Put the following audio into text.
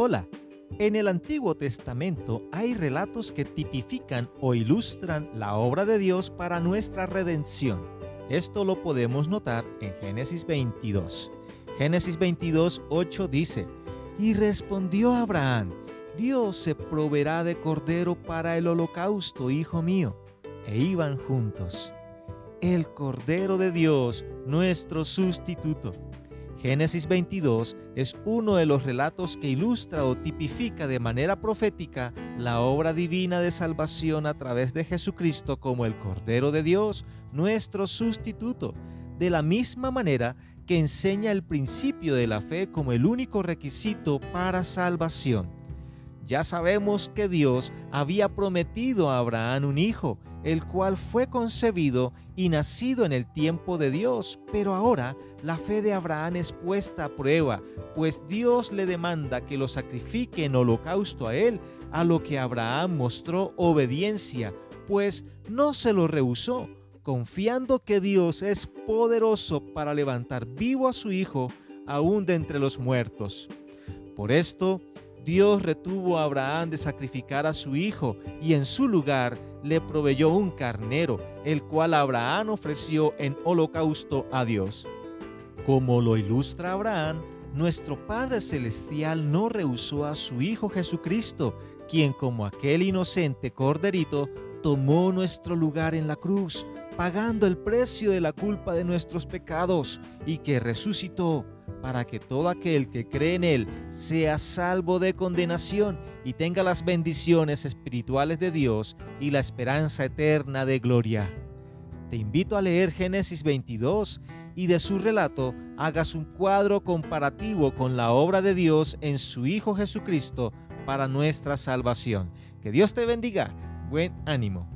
Hola, en el Antiguo Testamento hay relatos que tipifican o ilustran la obra de Dios para nuestra redención. Esto lo podemos notar en Génesis 22. Génesis 22, 8 dice: Y respondió Abraham: Dios se proveerá de cordero para el holocausto, hijo mío. E iban juntos. El Cordero de Dios, nuestro sustituto. Génesis 22 es uno de los relatos que ilustra o tipifica de manera profética la obra divina de salvación a través de Jesucristo como el Cordero de Dios, nuestro sustituto, de la misma manera que enseña el principio de la fe como el único requisito para salvación. Ya sabemos que Dios había prometido a Abraham un hijo, el cual fue concebido y nacido en el tiempo de Dios, pero ahora la fe de Abraham es puesta a prueba, pues Dios le demanda que lo sacrifique en holocausto a él, a lo que Abraham mostró obediencia, pues no se lo rehusó, confiando que Dios es poderoso para levantar vivo a su hijo aún de entre los muertos. Por esto, Dios retuvo a Abraham de sacrificar a su hijo y en su lugar le proveyó un carnero, el cual Abraham ofreció en holocausto a Dios. Como lo ilustra Abraham, nuestro Padre Celestial no rehusó a su Hijo Jesucristo, quien como aquel inocente corderito tomó nuestro lugar en la cruz, pagando el precio de la culpa de nuestros pecados, y que resucitó para que todo aquel que cree en Él sea salvo de condenación y tenga las bendiciones espirituales de Dios y la esperanza eterna de gloria. Te invito a leer Génesis 22 y de su relato hagas un cuadro comparativo con la obra de Dios en su Hijo Jesucristo para nuestra salvación. Que Dios te bendiga. Buen ánimo.